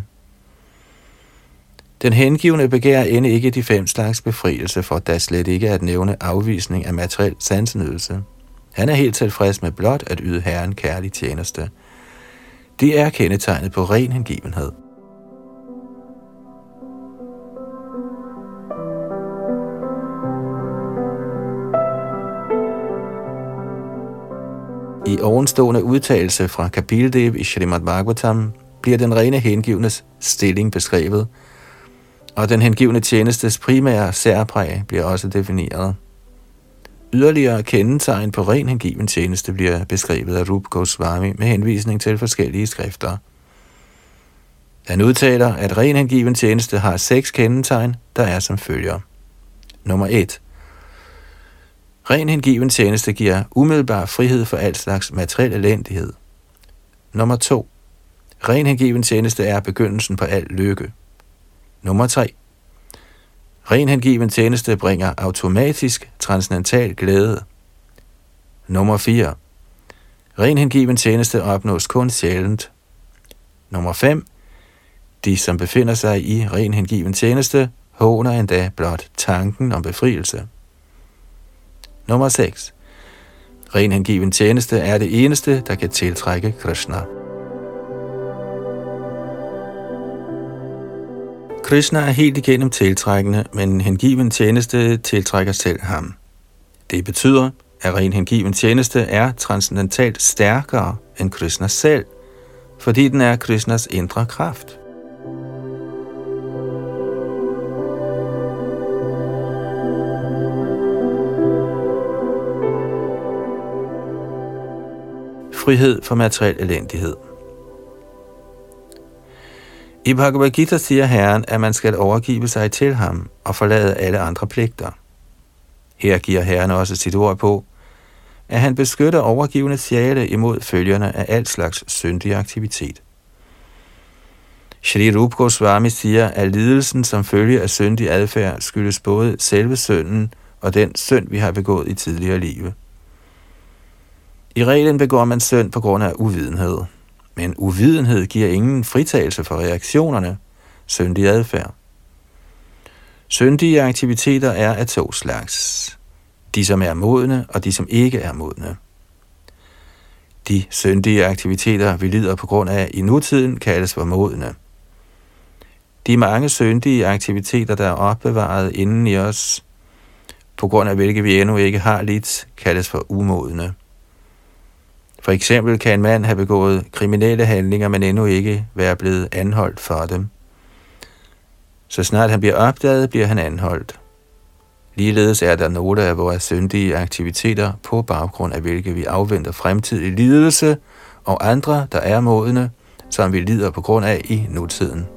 Den hengivne begærer end ikke de 5 slags befrielse, for der slet ikke at nævne afvisning af materiel sansenydelse. Han er helt tilfreds med blot at yde Herren kærlig tjeneste. Det er kendetegnet på ren hengivenhed. I ovenstående udtalelse fra Kapil Dev i Srimad Bhagavatam bliver den rene hengivnes stilling beskrevet, og den hengivne tjenestes primære særpræg bliver også defineret. Yderligere kendetegn på ren hengiven tjeneste bliver beskrevet af Rupa Goswami med henvisning til forskellige skrifter. Han udtaler, at ren hengiven tjeneste har 6 kendetegn, der er som følger. Nummer 1. Ren hengiven tjeneste giver umiddelbar frihed for al slags materiel elendighed. Nummer 2. Ren hengiven tjeneste er begyndelsen på al lykke. Nummer 3. Ren hengiven tjeneste bringer automatisk transcendental glæde. Nummer 4. Ren hengiven tjeneste opnås kun sjældent. Nummer 5. De, som befinder sig i ren hengiven tjeneste, håner endda blot tanken om befrielse. Nummer 6. Ren hengiven tjeneste er det eneste, der kan tiltrække Krishna. Krishna er helt igennem tiltrækkende, men en hengiven tjeneste tiltrækker selv ham. Det betyder, at ren hengiven tjeneste er transcendentalt stærkere end Krishna selv, fordi den er Krishnas indre kraft. Frihed for materiel elendighed. I Bhagavad Gita siger Herren, at man skal overgive sig til ham og forlade alle andre pligter. Her giver Herren også sit ord på, at han beskytter overgivende sjæle imod følgerne af al slags syndig aktivitet. Shri Rupa Goswami siger, at lidelsen som følge af syndig adfærd skyldes både selve synden og den synd, vi har begået i tidligere liv. I reglen begår man synd på grund af uvidenhed, men uvidenhed giver ingen fritagelse for reaktionerne, syndig adfærd. Syndige aktiviteter er af to slags. De, som er modne, og de, som ikke er modne. De syndige aktiviteter, vi lider på grund af i nutiden, kaldes for modne. De mange syndige aktiviteter, der er opbevaret inden i os, på grund af hvilke vi endnu ikke har lidt, kaldes for umodne. For eksempel kan en mand have begået kriminelle handlinger, men endnu ikke være blevet anholdt for dem. Så snart han bliver opdaget, bliver han anholdt. Ligeledes er der nogle af vores syndige aktiviteter, på baggrund af hvilke vi afventer fremtidig lidelse, og andre, der er modne, som vi lider på grund af i nutiden.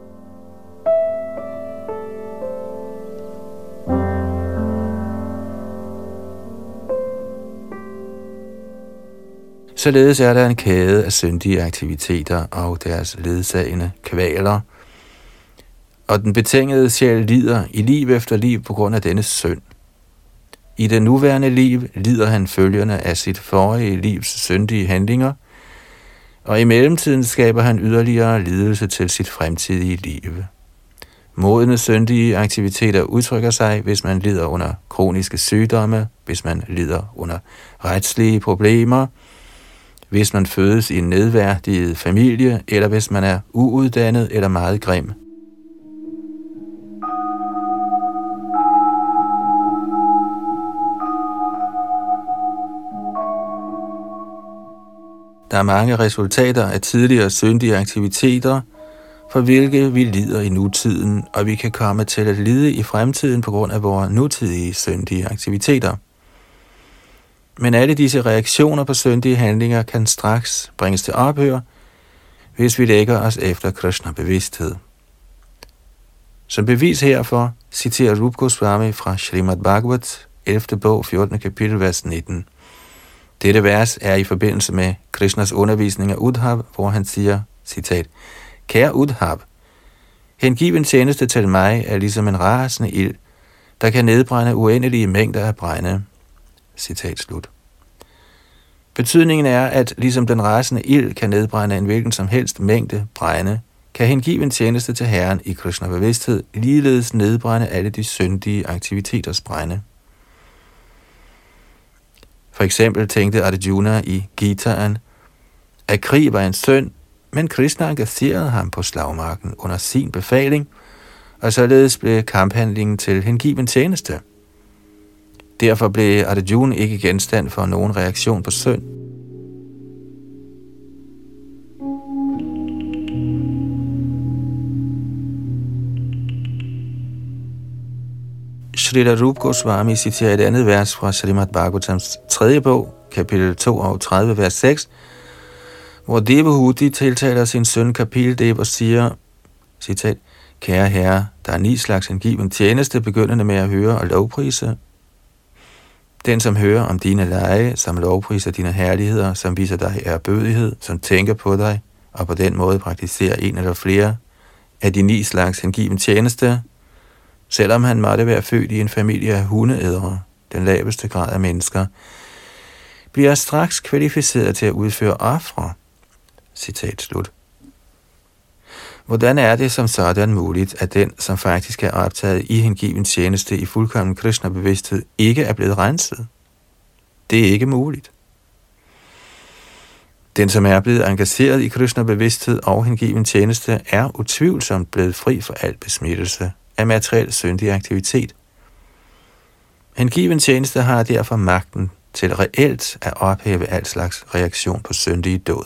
Således er der en kæde af syndige aktiviteter og deres ledsagende kvaler, og den betingede sjæl lider i liv efter liv på grund af denne synd. I det nuværende liv lider han følgerne af sit forrige livs syndige handlinger, og i mellemtiden skaber han yderligere lidelse til sit fremtidige liv. Modne syndige aktiviteter udtrykker sig, hvis man lider under kroniske sygdomme, hvis man lider under retslige problemer, hvis man fødes i en nedværdiget familie, eller hvis man er uuddannet eller meget grim. Der er mange resultater af tidligere syndige aktiviteter, for hvilke vi lider i nutiden, og vi kan komme til at lide i fremtiden på grund af vores nutidige syndige aktiviteter. Men alle disse reaktioner på syndige handlinger kan straks bringes til ophør, hvis vi lægger os efter Krishna-bevidsthed. Som bevis herfor citerer Rupa Goswami fra Srimad Bhagavat, 11. bog, 14. kapitel, vers 19. Dette vers er i forbindelse med Krishnas undervisning af Udhav, hvor han siger, citat, Kære Udhav, hengiv en tjeneste til mig er ligesom en rasende ild, der kan nedbrænde uendelige mængder af brænde. Citat slut. Betydningen er, at ligesom den rasende ild kan nedbrænde en hvilken som helst mængde brænde, kan hengive en tjeneste til Herren i Krishna-bevidsthed ligeledes nedbrænde alle de syndige aktiviteters brænde. For eksempel tænkte Arjuna i Gitaen, at krig var en synd, men Krishna engagerede ham på slagmarken under sin befaling, og således blev kamphandlingen til hengiven tjeneste. Derfor blev Arjuna ikke genstand for nogen reaktion på synd. Shrila Rupa Goswami citerer et andet vers fra Srimad Bhagavatams 3. bog, kapitel 32, vers 6, hvor Devahuti tiltaler sin søn Kapildev og siger, citat, Kære herre, der er 9 slags hengiven tjeneste, begyndende med at høre og lovprise. Den, som hører om dine lege, som lovpriser dine herligheder, som viser dig ærbødighed, som tænker på dig, og på den måde praktiserer en eller flere af de 9 slags hengiven tjeneste, selvom han måtte være født i en familie af hundeædere, den laveste grad af mennesker, bliver straks kvalificeret til at udføre ofre. Citat slut. Hvordan er det som sådan muligt, at den, som faktisk er optaget i hengiven tjeneste i fuldkommen Krishna-bevidsthed, ikke er blevet renset? Det er ikke muligt. Den, som er blevet engageret i Krishna-bevidsthed og hengiven tjeneste, er utvivlsomt blevet fri for al besmittelse af materiel syndig aktivitet. Hengiven tjeneste har derfor magten til reelt at ophæve al slags reaktion på syndige dåd.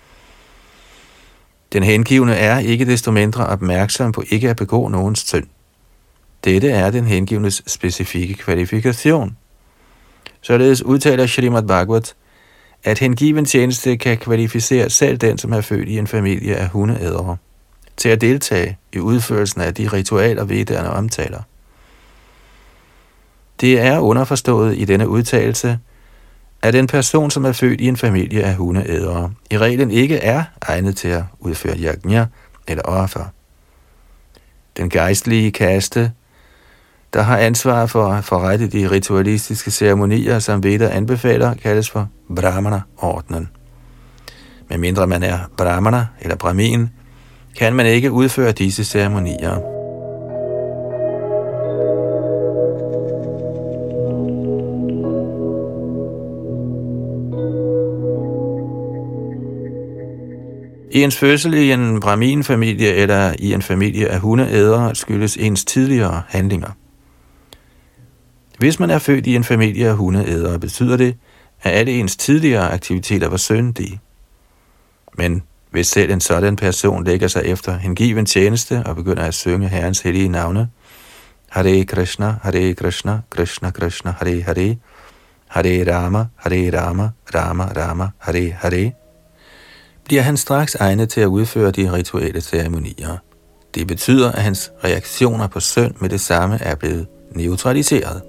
Den hengivne er ikke desto mindre opmærksom på ikke at begå nogens synd. Dette er den hengivnes specifikke kvalifikation. Således udtaler Srimad Bhagavat, at hengiven tjeneste kan kvalificere selv den, som er født i en familie af hundeædere. til at deltage i udførelsen af de ritualer, Vedderne omtaler. Det er underforstået i denne udtalelse, at en person, som er født i en familie af hundeædere, i reglen ikke er egnet til at udføre yajna eller offer. Den gejstlige kaste, der har ansvar for at forrette de ritualistiske ceremonier, som Veda anbefaler, kaldes for Brahmana-ordenen. Men mindre man er Brahmana eller Brahmin, kan man ikke udføre disse ceremonier. I ens fødsel i en Brahmin-familie eller i en familie af hundeædere skyldes ens tidligere handlinger. Hvis man er født i en familie af hundeædere, betyder det, at alle ens tidligere aktiviteter var syndige. Men hvis selv en sådan person lægger sig efter hengiven tjeneste og begynder at synge Herrens hellige navne, Hare Krishna, Hare Krishna, Krishna Krishna, Hare Hare, Hare Rama, Hare Rama, Rama Rama, Hare Hare, bliver han straks egnet til at udføre de rituelle ceremonier. Det betyder, at hans reaktioner på synd med det samme er blevet neutraliseret.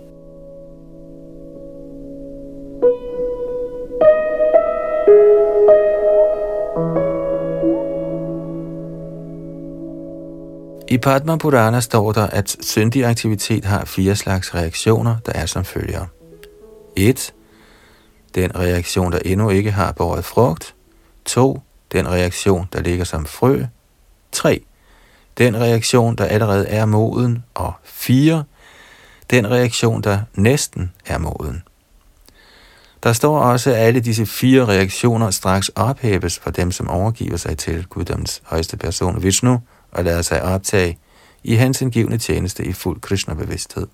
I Padma Purana står der, at syndig aktivitet har 4 slags reaktioner, der er som følger. 1. Den reaktion, der endnu ikke har båret frugt. 2. Den reaktion, der ligger som frø. 3. Den reaktion, der allerede er moden. Og 4. Den reaktion, der næsten er moden. Der står også, at alle disse 4 reaktioner straks ophæves for dem, som overgiver sig til guddommens højeste person Vishnu og lader sig optage i hans indgivne tjeneste i fuld Krishna-bevidsthed.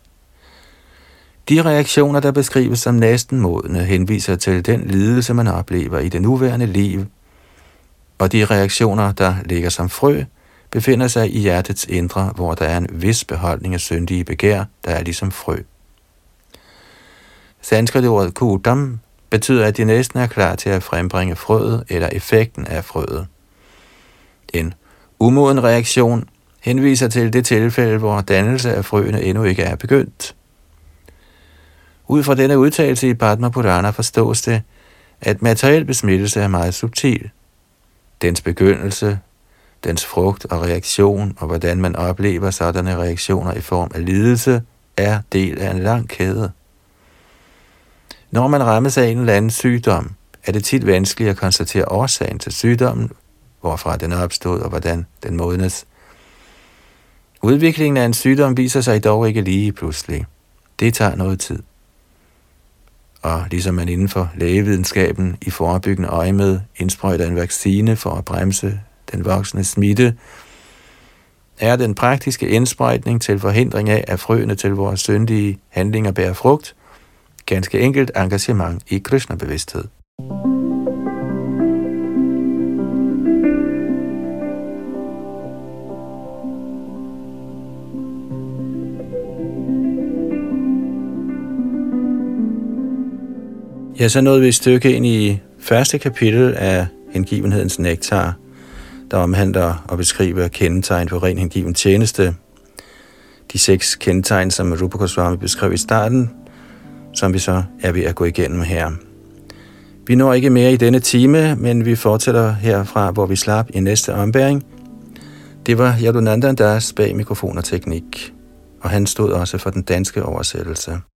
De reaktioner, der beskrives som næsten modne, henviser til den lidelse, man oplever i det nuværende liv, og de reaktioner, der ligger som frø, befinder sig i hjertets indre, hvor der er en vis beholdning af syndige begær, der er ligesom frø. Sanskritordet kudam betyder, at de næsten er klar til at frembringe frøet eller effekten af frøet. En umoden reaktion henviser til det tilfælde, hvor dannelse af frøene endnu ikke er begyndt. Ud fra denne udtalelse i Padma Purana forstås det, at materiel besmittelse er meget subtil. Dens begyndelse, dens frugt og reaktion, og hvordan man oplever sådanne reaktioner i form af lidelse, er del af en lang kæde. Når man rammes af en eller anden sygdom, er det tit vanskeligt at konstatere årsagen til sygdommen, hvorfra den er opstået og hvordan den modnes. Udviklingen af en sygdom viser sig dog ikke lige pludselig. Det tager noget tid. Og ligesom man inden for lægevidenskaben i forebyggende øjemed indsprøjter en vaccine for at bremse den voksende smitte, er den praktiske indsprøjtning til forhindring af, at frøene til vores syndige handlinger bærer frugt, ganske enkelt engagement i Krishna-bevidsthed. Ja, så nåede vi et stykke ind i første kapitel af hengivenhedens nektar, der omhandler og beskriver kendetegn for ren hengiven tjeneste. De 6 kendetegn, som Rupa Goswami beskrev i starten, som vi så er ved at gå igennem her. Vi når ikke mere i denne time, men vi fortsætter herfra, hvor vi slap i næste ombæring. Det var Yadunandan Das bag mikrofon og teknik, og han stod også for den danske oversættelse.